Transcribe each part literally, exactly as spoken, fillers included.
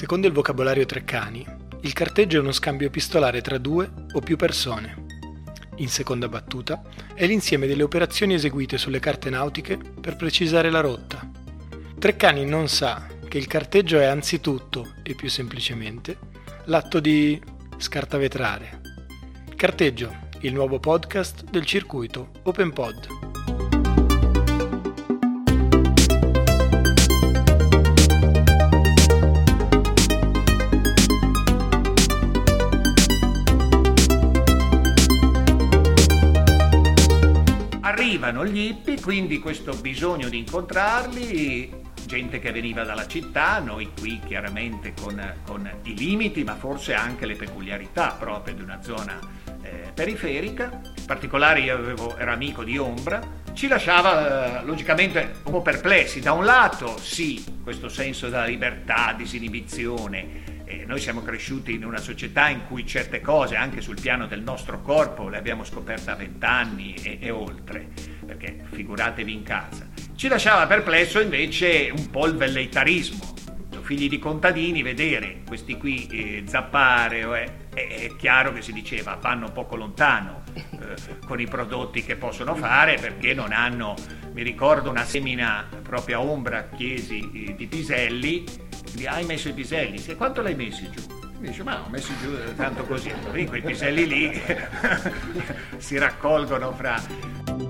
Secondo il vocabolario Treccani, il carteggio è uno scambio epistolare tra due o più persone. In seconda battuta, è l'insieme delle operazioni eseguite sulle carte nautiche per precisare la rotta. Treccani non sa che il carteggio è anzitutto, e più semplicemente, l'atto di scartavetrare. Carteggio, il nuovo podcast del circuito OpenPod. Arrivano gli hippie, quindi questo bisogno di incontrarli, gente che veniva dalla città, noi qui chiaramente con, con i limiti, ma forse anche le peculiarità proprio di una zona eh, periferica. In particolare io avevo, ero amico di Ombra, ci lasciava eh, logicamente un po' perplessi. Da un lato sì, questo senso della libertà, disinibizione. Eh, noi siamo cresciuti in una società in cui certe cose, anche sul piano del nostro corpo, le abbiamo scoperte a vent'anni e, e oltre, perché figuratevi in casa. Ci lasciava perplesso invece un po' il velleitarismo. Figli di contadini, vedere questi qui eh, zappare, eh, è chiaro che si diceva vanno poco lontano eh, con i prodotti che possono fare, perché non hanno, mi ricordo una semina proprio a Ombra, chiesi eh, di piselli, hai messo i piselli? Sì, quanto l'hai messi giù? Mi dice, ma ho messo giù tanto così, quei piselli lì si raccolgono fra...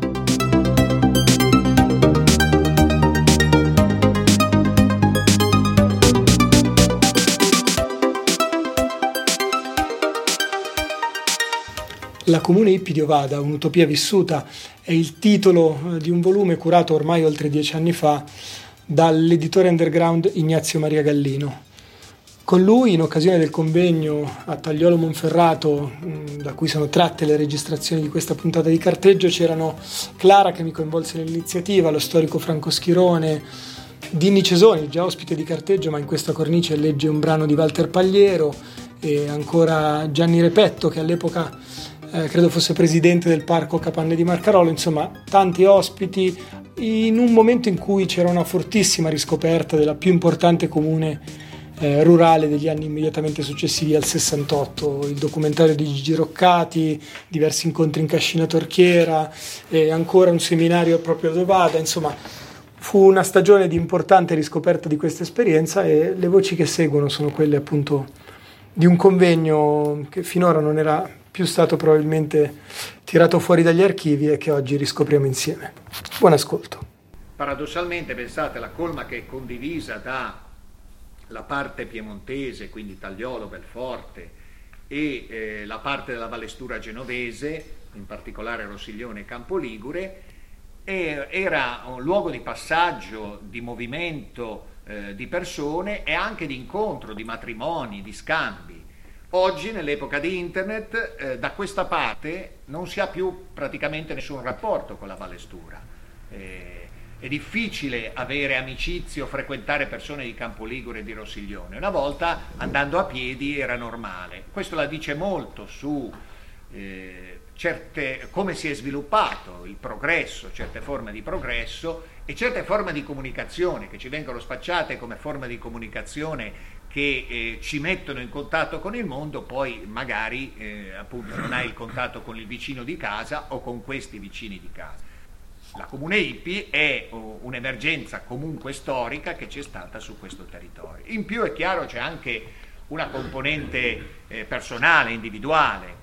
La Comune Hippie di Ovada, un'utopia vissuta, è il titolo di un volume curato ormai oltre dieci anni fa dall'editore underground Ignazio Maria Gallino. Con lui, in occasione del convegno a Tagliolo Monferrato, da cui sono tratte le registrazioni di questa puntata di Carteggio, c'erano Clara, che mi coinvolse nell'iniziativa, lo storico Franco Schirone, Dinni Cesoni, già ospite di Carteggio, ma in questa cornice legge un brano di Walter Pagliero, e ancora Gianni Repetto, che all'epoca eh, credo fosse presidente del Parco Capanne di Marcarolo. Insomma, tanti ospiti in un momento in cui c'era una fortissima riscoperta della più importante comune eh, rurale degli anni immediatamente successivi al sessantotto, il documentario di Gigi Roccati, diversi incontri in Cascina Torchiera e ancora un seminario proprio ad Ovada. Insomma, fu una stagione di importante riscoperta di questa esperienza, e le voci che seguono sono quelle appunto di un convegno che finora non era più stato probabilmente tirato fuori dagli archivi e che oggi riscopriamo insieme. Buon ascolto. Paradossalmente, pensate, la colma che è condivisa dalla parte piemontese, quindi Tagliolo, Belforte, e eh, la parte della Vallestura genovese, in particolare Rossiglione e Campoligure, e era un luogo di passaggio, di movimento eh, di persone e anche di incontro, di matrimoni, di scambi. Oggi, nell'epoca di internet, eh, da questa parte non si ha più praticamente nessun rapporto con la Vallestura. Eh, è difficile avere amicizie o frequentare persone di Campoligure e di Rossiglione. Una volta, andando a piedi, era normale. Questo la dice molto su eh, certe, come si è sviluppato il progresso, certe forme di progresso e certe forme di comunicazione che ci vengono spacciate come forme di comunicazione che eh, ci mettono in contatto con il mondo. Poi magari eh, appunto non hai il contatto con il vicino di casa o con questi vicini di casa. La Comune Hippie è oh, un'emergenza comunque storica che c'è stata su questo territorio. In più è chiaro c'è anche una componente eh, personale, individuale.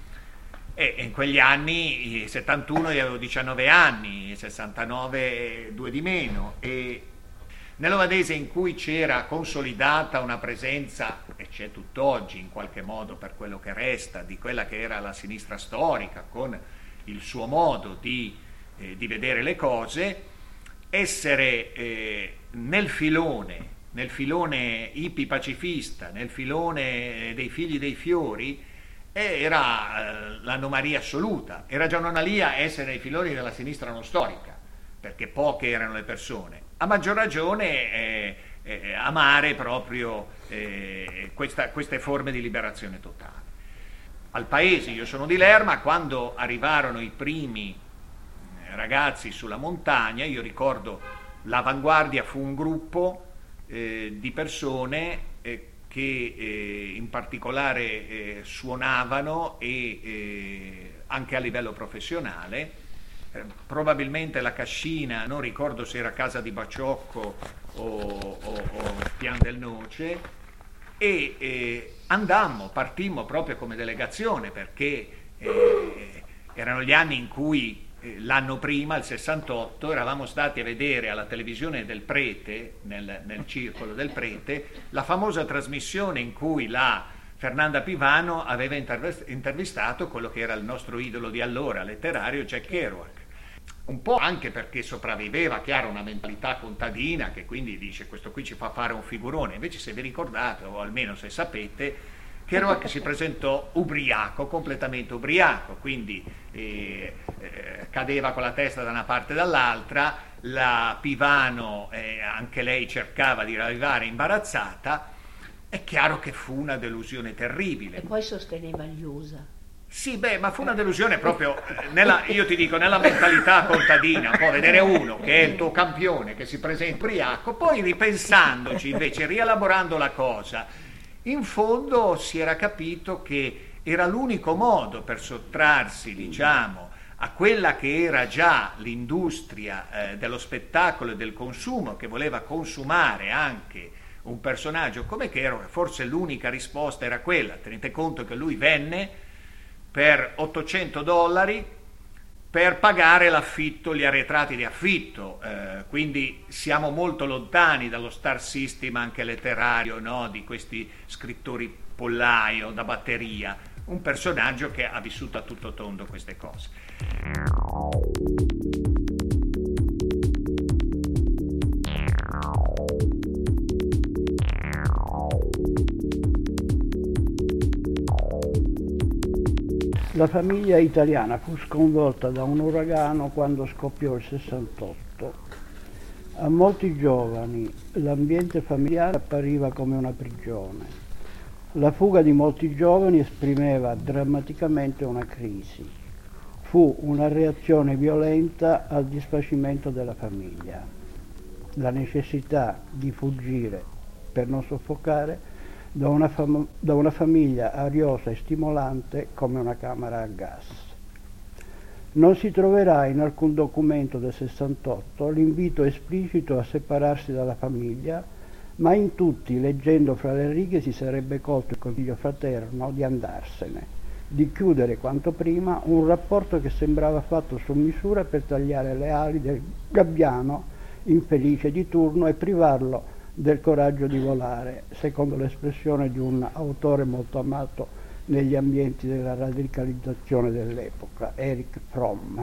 E in quegli anni, settantuno, io avevo diciannove anni, sessantanove due di meno, e nell'Ovadese, in cui c'era consolidata una presenza, e c'è tutt'oggi in qualche modo per quello che resta, di quella che era la sinistra storica, con il suo modo di, eh, di vedere le cose, essere eh, nel filone, nel filone hippie pacifista, nel filone dei figli dei fiori, era eh, l'anomalia assoluta. Era già un'anomalia essere nei filoni della sinistra non storica, perché poche erano le persone. A maggior ragione eh, eh, amare proprio eh, questa, queste forme di liberazione totale. Al paese, io sono di Lerma, quando arrivarono i primi ragazzi sulla montagna, io ricordo l'Avanguardia fu un gruppo eh, di persone eh, che eh, in particolare eh, suonavano e eh, anche a livello professionale. Eh, probabilmente la cascina, non ricordo se era Casa di Baciocco o, o, o Pian del Noce, e eh, andammo, partimmo proprio come delegazione, perché eh, erano gli anni in cui eh, l'anno prima, il sessantotto, eravamo stati a vedere alla televisione del Prete, nel, nel circolo del Prete, la famosa trasmissione in cui la Fernanda Pivano aveva intervistato quello che era il nostro idolo di allora, letterario, Jack Kerouac. Un po' anche perché sopravviveva, chiaro, una mentalità contadina che quindi dice questo qui ci fa fare un figurone. Invece, se vi ricordate, o almeno se sapete, Kerouac si presentò ubriaco, completamente ubriaco, quindi eh, eh, cadeva con la testa da una parte e dall'altra, la Pivano eh, anche lei cercava di arrivare imbarazzata. È chiaro che fu una delusione terribile. E poi sosteneva gli U S A. Sì, beh, ma fu una delusione proprio, nella, io ti dico, nella mentalità contadina, poi vedere uno che è il tuo campione, che si presenta ubriaco, poi ripensandoci invece, rielaborando la cosa, in fondo si era capito che era l'unico modo per sottrarsi, diciamo, a quella che era già l'industria eh, dello spettacolo e del consumo, che voleva consumare anche un personaggio come Kerouac. Forse l'unica risposta era quella. Tenete conto che lui venne per ottocento dollari per pagare l'affitto, gli arretrati di affitto, eh, quindi siamo molto lontani dallo star system anche letterario, no? Di questi scrittori pollaio da batteria, un personaggio che ha vissuto a tutto tondo queste cose. La famiglia italiana fu sconvolta da un uragano quando scoppiò il sessantotto. A molti giovani l'ambiente familiare appariva come una prigione. La fuga di molti giovani esprimeva drammaticamente una crisi. Fu una reazione violenta al disfacimento della famiglia. La necessità di fuggire per non soffocare Da una, fam- da una famiglia ariosa e stimolante come una camera a gas. Non si troverà in alcun documento del sessantotto l'invito esplicito a separarsi dalla famiglia, ma in tutti, leggendo fra le righe, si sarebbe colto il consiglio fraterno di andarsene, di chiudere quanto prima un rapporto che sembrava fatto su misura per tagliare le ali del gabbiano infelice di turno e privarlo del coraggio di volare, secondo l'espressione di un autore molto amato negli ambienti della radicalizzazione dell'epoca, Erich Fromm.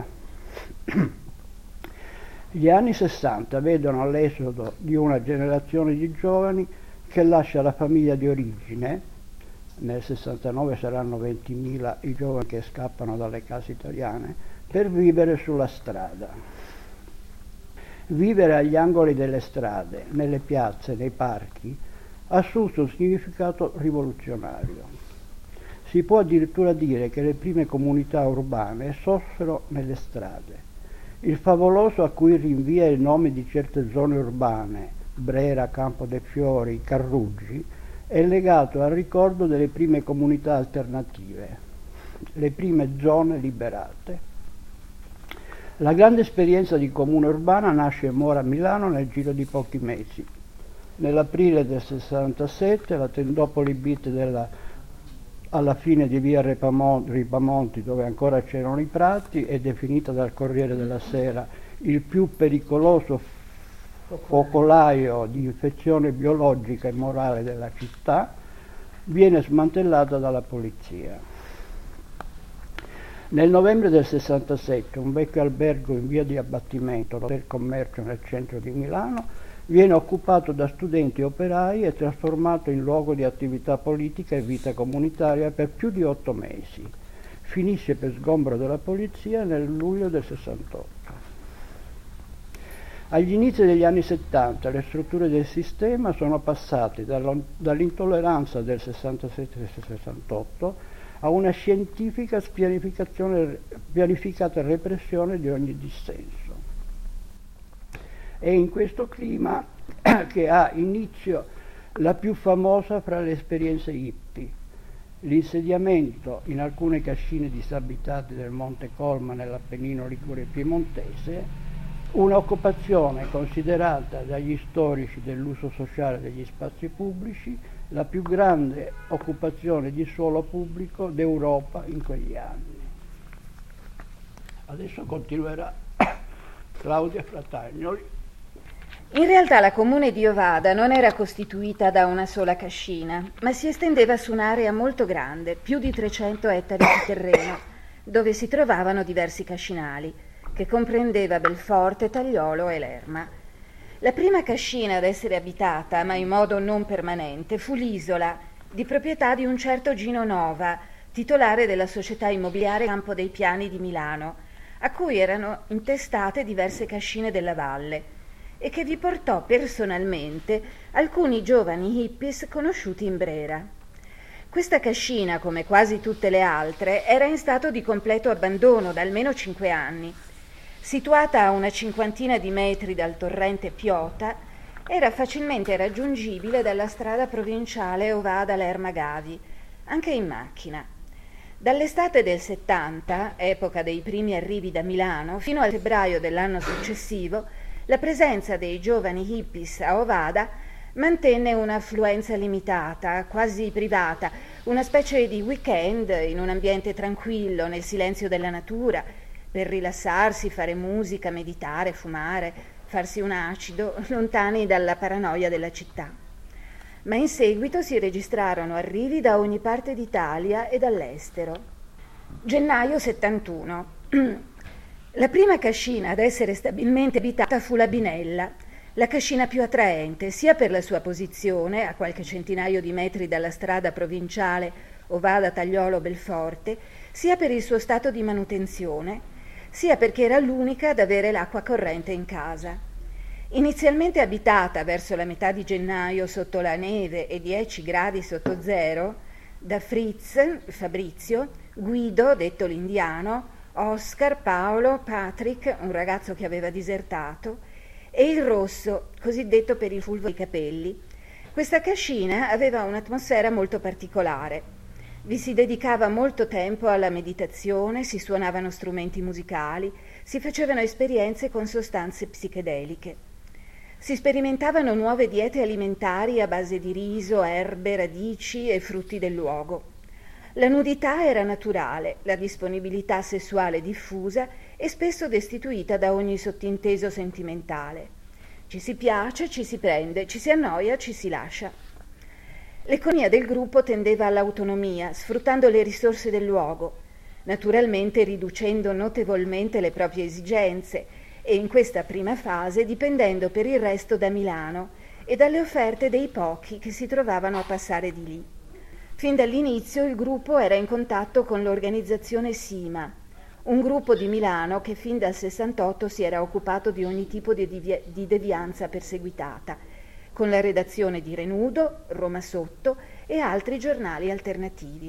Gli anni sessanta vedono l'esodo di una generazione di giovani che lascia la famiglia di origine. Nel sessantanove saranno ventimila i giovani che scappano dalle case italiane per vivere sulla strada. Vivere agli angoli delle strade, nelle piazze, nei parchi, ha assunto un significato rivoluzionario. Si può addirittura dire che le prime comunità urbane sorsero nelle strade. Il favoloso a cui rinvia il nome di certe zone urbane, Brera, Campo dei Fiori, Carruggi, è legato al ricordo delle prime comunità alternative, le prime zone liberate. La grande esperienza di comune urbana nasce e muore a Milano nel giro di pochi mesi. Nell'aprile del sessantasette la tendopoli beat della, alla fine di via Ripamonti, Ripamonti, dove ancora c'erano i prati, è definita dal Corriere della Sera il più pericoloso focolaio di infezione biologica e morale della città, viene smantellata dalla polizia. Nel novembre del sessantasette un vecchio albergo in via di abbattimento del commercio nel centro di Milano viene occupato da studenti e operai e trasformato in luogo di attività politica e vita comunitaria per più di otto mesi. Finisce per sgombero della polizia nel luglio del sessantotto. Agli inizi degli anni settanta le strutture del sistema sono passate dall'intolleranza del sessantasette e sessantotto a una scientifica pianificazione, pianificata repressione di ogni dissenso. È in questo clima che ha inizio la più famosa fra le esperienze hippie, l'insediamento in alcune cascine disabitate del Monte Colma nell'Appennino Ligure piemontese, un'occupazione considerata dagli storici dell'uso sociale degli spazi pubblici la più grande occupazione di suolo pubblico d'Europa in quegli anni. Adesso continuerà Claudia Fratagnoli. In realtà la comune di Ovada non era costituita da una sola cascina, ma si estendeva su un'area molto grande, più di trecento ettari di terreno, dove si trovavano diversi cascinali, che comprendeva Belforte, Tagliolo e Lerma. La prima cascina ad essere abitata, ma in modo non permanente, fu l'Isola, di proprietà di un certo Gino Nova, titolare della società immobiliare Campo dei Piani di Milano, a cui erano intestate diverse cascine della valle, e che vi portò personalmente alcuni giovani hippies conosciuti in Brera. Questa cascina, come quasi tutte le altre, era in stato di completo abbandono da almeno cinque anni. Situata a una cinquantina di metri dal torrente Piota, era facilmente raggiungibile dalla strada provinciale Ovada-Lerma-Gavi, anche in macchina. Dall'estate del settanta, epoca dei primi arrivi da Milano, fino al febbraio dell'anno successivo, la presenza dei giovani hippies a Ovada mantenne un'affluenza limitata, quasi privata, una specie di weekend in un ambiente tranquillo, nel silenzio della natura, per rilassarsi, fare musica, meditare, fumare, farsi un acido, lontani dalla paranoia della città. Ma in seguito si registrarono arrivi da ogni parte d'Italia e dall'estero. Gennaio settantuno. La prima cascina ad essere stabilmente abitata fu la Binella, la cascina più attraente sia per la sua posizione, a qualche centinaio di metri dalla strada provinciale Ovada-Tagliolo-Belforte, sia per il suo stato di manutenzione, sia perché era l'unica ad avere l'acqua corrente in casa. Inizialmente abitata verso la metà di gennaio sotto la neve e dieci gradi sotto zero, da Fritz, Fabrizio, Guido, detto l'indiano, Oscar, Paolo, Patrick, un ragazzo che aveva disertato, e il Rosso, cosiddetto per il fulvo dei capelli. Questa cascina aveva un'atmosfera molto particolare. Vi si dedicava molto tempo alla meditazione, si suonavano strumenti musicali, si facevano esperienze con sostanze psichedeliche. Si sperimentavano nuove diete alimentari a base di riso, erbe, radici e frutti del luogo. La nudità era naturale, la disponibilità sessuale diffusa e spesso destituita da ogni sottinteso sentimentale. Ci si piace, ci si prende, ci si annoia, ci si lascia. L'economia del gruppo tendeva all'autonomia, sfruttando le risorse del luogo, naturalmente riducendo notevolmente le proprie esigenze e in questa prima fase dipendendo per il resto da Milano e dalle offerte dei pochi che si trovavano a passare di lì. Fin dall'inizio il gruppo era in contatto con l'organizzazione SIMA, un gruppo di Milano che fin dal sessantotto si era occupato di ogni tipo di, divi- di devianza perseguitata, con la redazione di Renudo, Roma Sotto e altri giornali alternativi.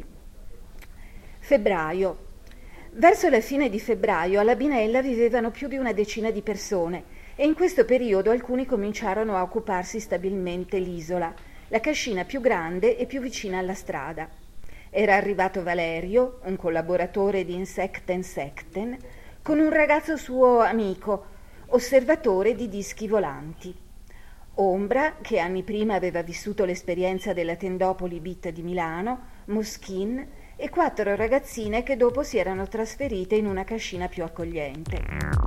Febbraio. Verso la fine di febbraio alla Binella vivevano più di una decina di persone e in questo periodo alcuni cominciarono a occuparsi stabilmente l'isola, la cascina più grande e più vicina alla strada. Era arrivato Valerio, un collaboratore di Insecten Secten, con un ragazzo suo amico, osservatore di dischi volanti. Ombra, che anni prima aveva vissuto l'esperienza della Tendopoli Beat di Milano, Moschin e quattro ragazzine che dopo si erano trasferite in una cascina più accogliente.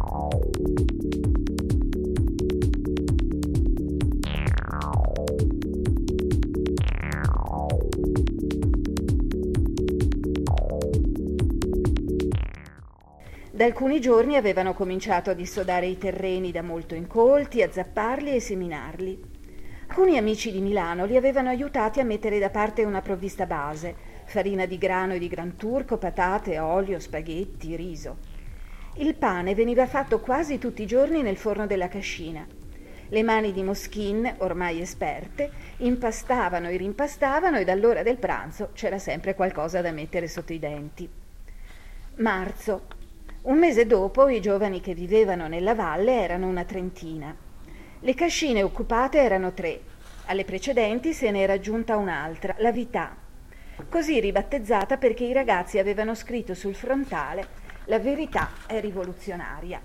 Da alcuni giorni avevano cominciato a dissodare i terreni da molto incolti, a zapparli e seminarli. Alcuni amici di Milano li avevano aiutati a mettere da parte una provvista base, farina di grano e di gran turco, patate, olio, spaghetti, riso. Il pane veniva fatto quasi tutti i giorni nel forno della cascina. Le mani di Moschin, ormai esperte, impastavano e rimpastavano e dall'ora del pranzo c'era sempre qualcosa da mettere sotto i denti. Marzo. Un mese dopo i giovani che vivevano nella valle erano una trentina. Le cascine occupate erano tre. Alle precedenti se ne era aggiunta un'altra, la Vità, così ribattezzata perché i ragazzi avevano scritto sul frontale «La verità è rivoluzionaria»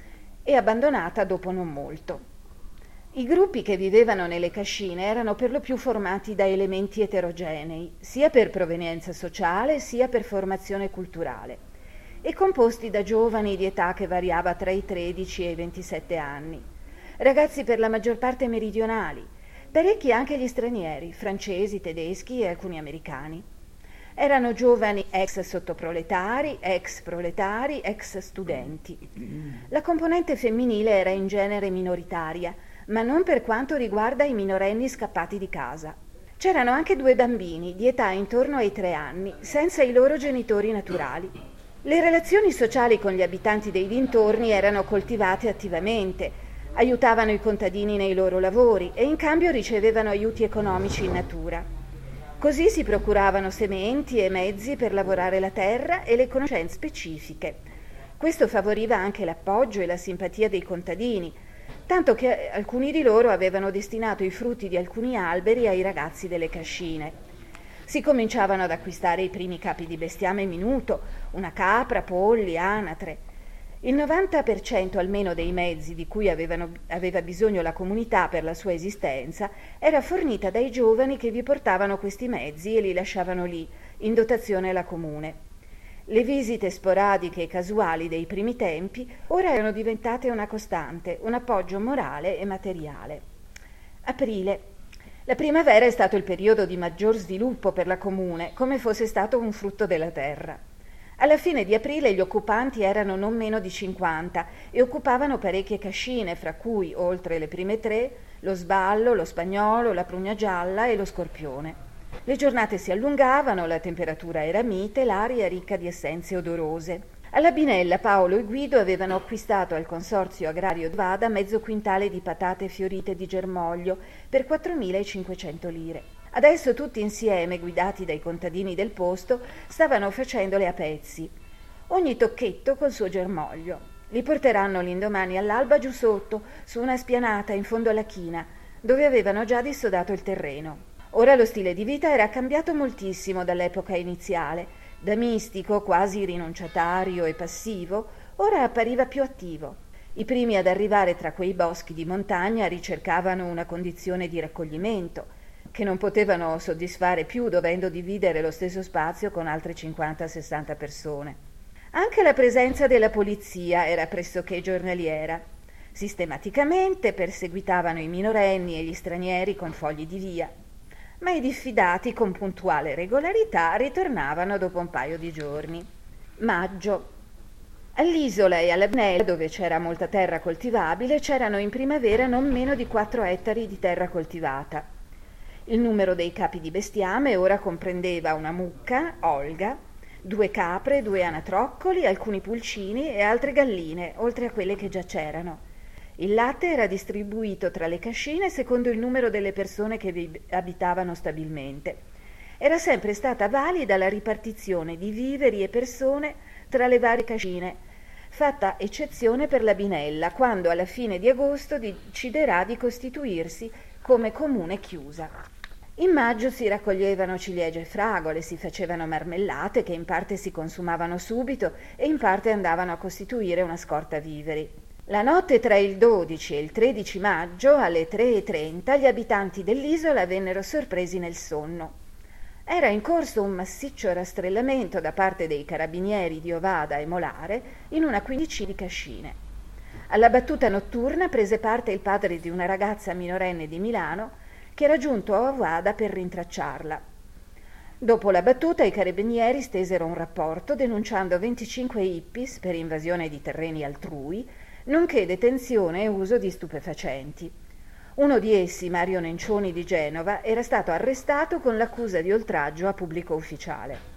e abbandonata dopo non molto. I gruppi che vivevano nelle cascine erano per lo più formati da elementi eterogenei, sia per provenienza sociale sia per formazione culturale, e composti da giovani di età che variava tra i tredici e i ventisette anni, ragazzi per la maggior parte meridionali, parecchi anche gli stranieri, francesi, tedeschi e alcuni americani. Erano giovani ex sottoproletari, ex proletari, ex studenti. La componente femminile era in genere minoritaria, ma non per quanto riguarda i minorenni scappati di casa. C'erano anche due bambini di età intorno ai tre anni, senza i loro genitori naturali. Le relazioni sociali con gli abitanti dei dintorni erano coltivate attivamente, aiutavano i contadini nei loro lavori e in cambio ricevevano aiuti economici in natura. Così si procuravano sementi e mezzi per lavorare la terra e le conoscenze specifiche. Questo favoriva anche l'appoggio e la simpatia dei contadini, tanto che alcuni di loro avevano destinato i frutti di alcuni alberi ai ragazzi delle cascine. Si cominciavano ad acquistare i primi capi di bestiame minuto, una capra, polli, anatre. Il novanta per cento almeno dei mezzi di cui avevano, aveva bisogno la comunità per la sua esistenza era fornita dai giovani che vi portavano questi mezzi e li lasciavano lì, in dotazione alla comune. Le visite sporadiche e casuali dei primi tempi ora erano diventate una costante, un appoggio morale e materiale. Aprile. La primavera è stato il periodo di maggior sviluppo per la comune, come fosse stato un frutto della terra. Alla fine di aprile gli occupanti erano non meno di cinquanta e occupavano parecchie cascine, fra cui, oltre le prime tre, lo Sballo, lo Spagnolo, la Prugna Gialla e lo Scorpione. Le giornate si allungavano, la temperatura era mite, l'aria ricca di essenze odorose. Alla Binella Paolo e Guido avevano acquistato al Consorzio Agrario Vada mezzo quintale di patate fiorite di germoglio per quattromilacinquecento lire. Adesso tutti insieme, guidati dai contadini del posto, stavano facendole a pezzi, ogni tocchetto col suo germoglio. Li porteranno l'indomani all'alba giù sotto, su una spianata in fondo alla china, dove avevano già dissodato il terreno. Ora lo stile di vita era cambiato moltissimo dall'epoca iniziale. Da mistico, quasi rinunciatario e passivo, ora appariva più attivo. I primi ad arrivare tra quei boschi di montagna ricercavano una condizione di raccoglimento, che non potevano soddisfare più dovendo dividere lo stesso spazio con altre cinquanta sessanta persone. Anche la presenza della polizia era pressoché giornaliera. Sistematicamente perseguitavano i minorenni e gli stranieri con fogli di via, ma i diffidati con puntuale regolarità ritornavano dopo un paio di giorni. Maggio. All'isola e alla Binella, dove c'era molta terra coltivabile, c'erano in primavera non meno di quattro ettari di terra coltivata. Il numero dei capi di bestiame ora comprendeva una mucca, Olga, due capre, due anatroccoli, alcuni pulcini e altre galline, oltre a quelle che già c'erano. Il latte era distribuito tra le cascine secondo il numero delle persone che vi abitavano stabilmente. Era sempre stata valida la ripartizione di viveri e persone tra le varie cascine, fatta eccezione per la Binella, quando alla fine di agosto deciderà di costituirsi come comune chiusa. In maggio si raccoglievano ciliegie e fragole, si facevano marmellate che in parte si consumavano subito e in parte andavano a costituire una scorta viveri. La notte tra il dodici e il tredici maggio, alle tre e trenta, gli abitanti dell'isola vennero sorpresi nel sonno. Era in corso un massiccio rastrellamento da parte dei carabinieri di Ovada e Molare in una quindicina di cascine. Alla battuta notturna prese parte il padre di una ragazza minorenne di Milano che era giunto a Ovada per rintracciarla. Dopo la battuta i carabinieri stesero un rapporto denunciando venticinque hippies per invasione di terreni altrui, nonché detenzione e uso di stupefacenti. Uno di essi, Mario Nencioni di Genova, era stato arrestato con l'accusa di oltraggio a pubblico ufficiale.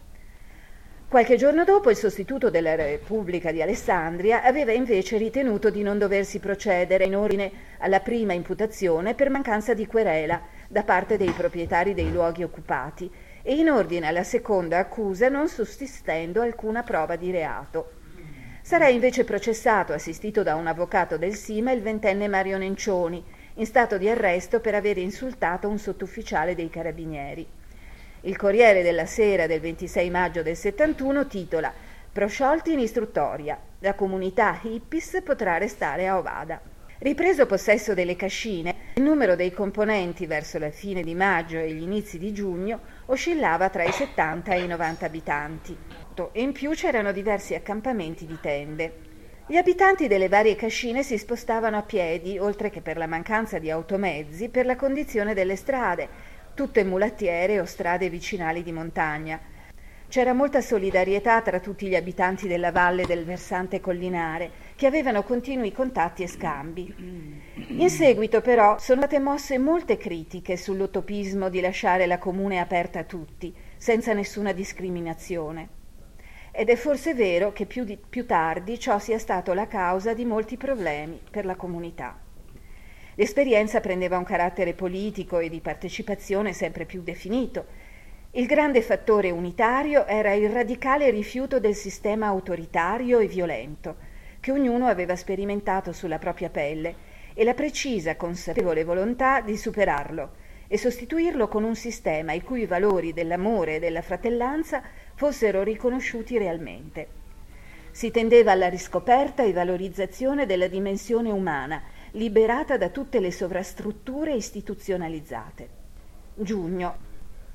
Qualche giorno dopo il sostituto della Repubblica di Alessandria aveva invece ritenuto di non doversi procedere in ordine alla prima imputazione per mancanza di querela da parte dei proprietari dei luoghi occupati e in ordine alla seconda accusa non sussistendo alcuna prova di reato. Sarà invece processato, assistito da un avvocato del Sima, il ventenne Mario Nencioni, in stato di arresto per aver insultato un sottufficiale dei carabinieri. Il Corriere della Sera del ventisei maggio del settantuno titola «Prosciolti in istruttoria. La comunità hippies potrà restare a Ovada». Ripreso possesso delle cascine, il numero dei componenti verso la fine di maggio e gli inizi di giugno oscillava tra i settanta e i novanta abitanti. E in più c'erano diversi accampamenti di tende. Gli abitanti delle varie cascine si spostavano a piedi, oltre che per la mancanza di automezzi, per la condizione delle strade, tutte mulattiere o strade vicinali di montagna. C'era molta solidarietà tra tutti gli abitanti della valle del versante collinare, che avevano continui contatti e scambi. In seguito, però, sono state mosse molte critiche sull'utopismo di lasciare la comune aperta a tutti, senza nessuna discriminazione. Ed è forse vero che più, di, più tardi ciò sia stato la causa di molti problemi per la comunità. L'esperienza prendeva un carattere politico e di partecipazione sempre più definito. Il grande fattore unitario era il radicale rifiuto del sistema autoritario e violento, che ognuno aveva sperimentato sulla propria pelle, e la precisa consapevole volontà di superarlo e sostituirlo con un sistema i cui valori dell'amore e della fratellanza fossero riconosciuti realmente. Si tendeva alla riscoperta e valorizzazione della dimensione umana, liberata da tutte le sovrastrutture istituzionalizzate. Giugno.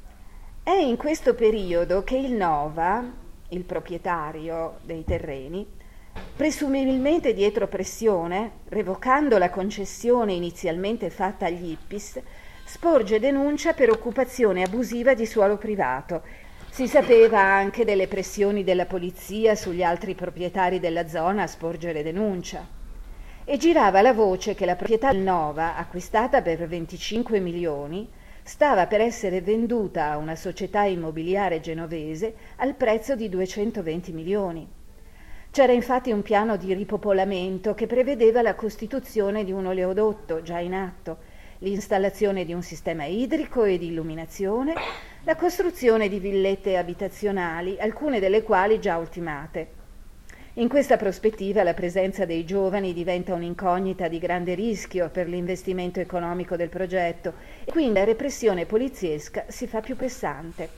È in questo periodo che il Nova, il proprietario dei terreni, presumibilmente dietro pressione, revocando la concessione inizialmente fatta agli hippies, sporge denuncia per occupazione abusiva di suolo privato. Si sapeva anche delle pressioni della polizia sugli altri proprietari della zona a sporgere denuncia. E girava la voce che la proprietà del Nova, acquistata per venticinque milioni, stava per essere venduta a una società immobiliare genovese al prezzo di duecentoventi milioni. C'era infatti un piano di ripopolamento che prevedeva la costituzione di un oleodotto già in atto, l'installazione di un sistema idrico e di illuminazione, la costruzione di villette abitazionali, alcune delle quali già ultimate. In questa prospettiva la presenza dei giovani diventa un'incognita di grande rischio per l'investimento economico del progetto e quindi la repressione poliziesca si fa più pressante.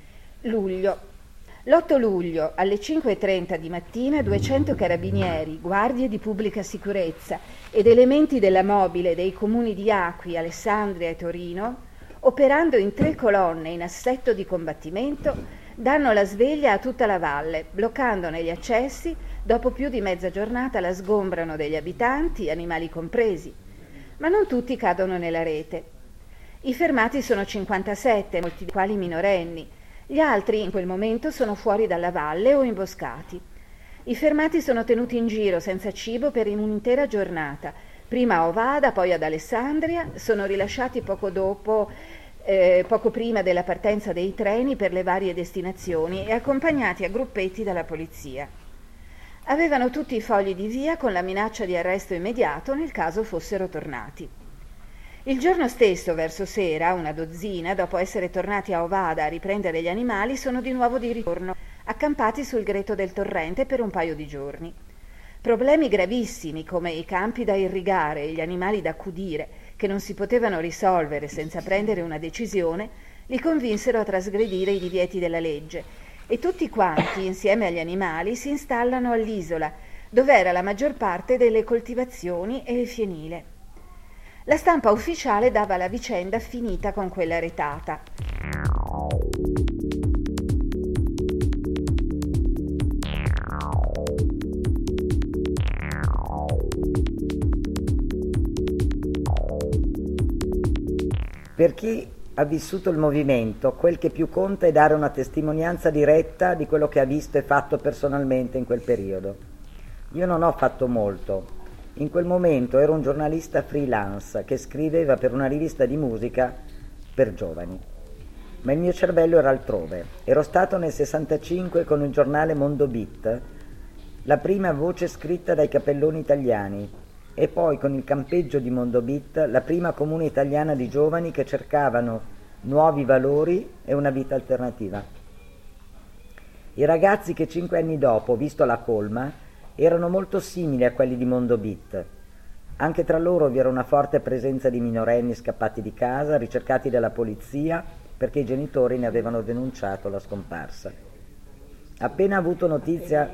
Luglio. L'otto luglio alle cinque e trenta di mattina duecento carabinieri, guardie di pubblica sicurezza ed elementi della mobile dei comuni di Acqui, Alessandria e Torino, operando in tre colonne in assetto di combattimento, danno la sveglia a tutta la valle, bloccandone gli accessi. Dopo più di mezza giornata la sgombrano degli abitanti, animali compresi, ma non tutti cadono nella rete. I fermati sono cinquantasette, molti dei quali minorenni. Gli altri in quel momento sono fuori dalla valle o imboscati. I fermati sono tenuti in giro senza cibo per un'intera giornata, prima a Ovada, poi ad Alessandria, sono rilasciati poco dopo, eh, poco prima della partenza dei treni per le varie destinazioni e accompagnati a gruppetti dalla polizia. Avevano tutti i fogli di via con la minaccia di arresto immediato nel caso fossero tornati. Il giorno stesso, verso sera, una dozzina, dopo essere tornati a Ovada a riprendere gli animali, sono di nuovo di ritorno, accampati sul greto del torrente per un paio di giorni. Problemi gravissimi come i campi da irrigare e gli animali da accudire, che non si potevano risolvere senza prendere una decisione, li convinsero a trasgredire i divieti della legge, e tutti quanti, insieme agli animali, si installano all'isola, dove era la maggior parte delle coltivazioni e il fienile. La stampa ufficiale dava la vicenda finita con quella retata. Per chi ha vissuto il movimento, quel che più conta è dare una testimonianza diretta di quello che ha visto e fatto personalmente in quel periodo. Io non ho fatto molto. In quel momento ero un giornalista freelance che scriveva per una rivista di musica per giovani. Ma il mio cervello era altrove. Ero stato nel sessantacinque con il giornale Mondo Beat, la prima voce scritta dai cappelloni italiani, e poi con il campeggio di Mondo Beat la prima comune italiana di giovani che cercavano nuovi valori e una vita alternativa. I ragazzi che cinque anni dopo ho visto la colma erano molto simili a quelli di Mondo Beat. Anche tra loro vi era una forte presenza di minorenni scappati di casa, ricercati dalla polizia perché i genitori ne avevano denunciato la scomparsa. Appena avuto notizia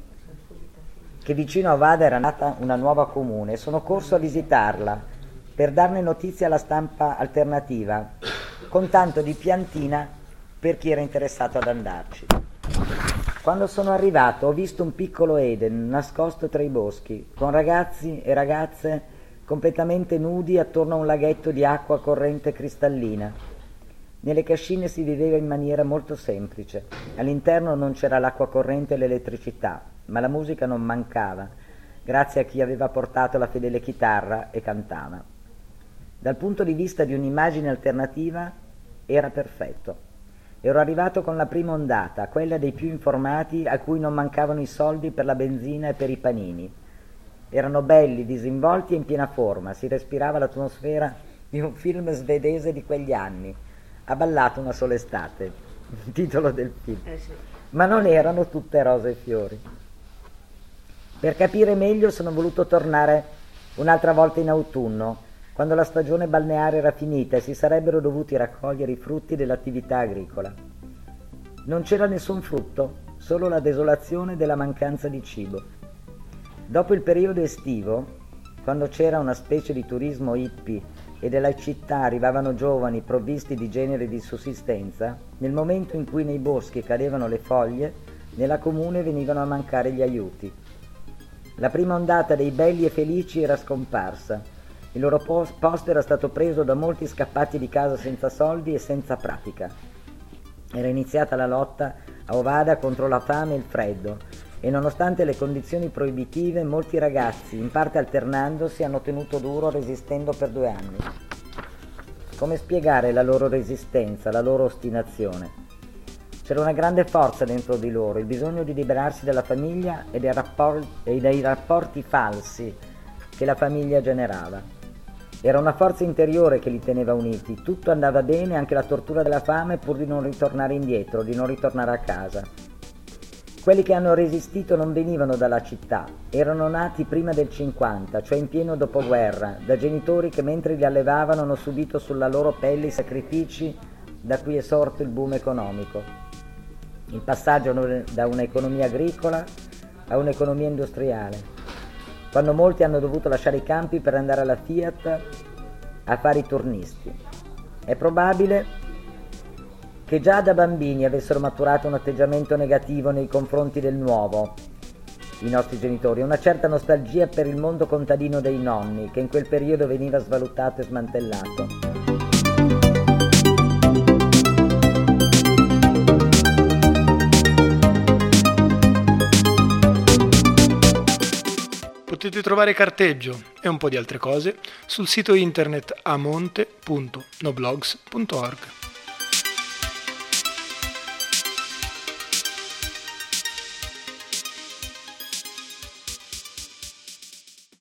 che vicino a Vada era nata una nuova comune, sono corso a visitarla per darne notizia alla stampa alternativa, con tanto di piantina per chi era interessato ad andarci. Quando sono arrivato ho visto un piccolo Eden nascosto tra i boschi, con ragazzi e ragazze completamente nudi attorno a un laghetto di acqua corrente cristallina. Nelle cascine si viveva in maniera molto semplice. All'interno non c'era l'acqua corrente e l'elettricità, ma la musica non mancava, grazie a chi aveva portato la fedele chitarra e cantava. Dal punto di vista di un'immagine alternativa era perfetto. Ero arrivato con la prima ondata, quella dei più informati a cui non mancavano i soldi per la benzina e per i panini. Erano belli, disinvolti e in piena forma, si respirava l'atmosfera di un film svedese di quegli anni. Ha ballato una sola estate, il titolo del film. Eh sì. Ma non erano tutte rose e fiori. Per capire meglio sono voluto tornare un'altra volta in autunno, quando la stagione balneare era finita e si sarebbero dovuti raccogliere i frutti dell'attività agricola. Non c'era nessun frutto, solo la desolazione della mancanza di cibo. Dopo il periodo estivo, quando c'era una specie di turismo hippie e dalla città arrivavano giovani provvisti di generi di sussistenza, nel momento in cui nei boschi cadevano le foglie, nella comune venivano a mancare gli aiuti. La prima ondata dei belli e felici era scomparsa. Il loro posto era stato preso da molti scappati di casa senza soldi e senza pratica. Era iniziata la lotta a Ovada contro la fame e il freddo e nonostante le condizioni proibitive molti ragazzi, in parte alternandosi, hanno tenuto duro resistendo per due anni. Come spiegare la loro resistenza, la loro ostinazione? C'era una grande forza dentro di loro, il bisogno di liberarsi dalla famiglia e dai rapporti, e dai rapporti falsi che la famiglia generava. Era una forza interiore che li teneva uniti, tutto andava bene, anche la tortura della fame, pur di non ritornare indietro, di non ritornare a casa. Quelli che hanno resistito non venivano dalla città, erano nati prima del cinquanta, cioè in pieno dopoguerra, da genitori che mentre li allevavano hanno subito sulla loro pelle i sacrifici da cui è sorto il boom economico. Il passaggio da un'economia agricola a un'economia industriale, quando molti hanno dovuto lasciare i campi per andare alla Fiat a fare i turnisti. È probabile che già da bambini avessero maturato un atteggiamento negativo nei confronti del nuovo, i nostri genitori, una certa nostalgia per il mondo contadino dei nonni, che in quel periodo veniva svalutato e smantellato. Potete trovare carteggio e un po' di altre cose sul sito internet amonte punto noblogs punto org.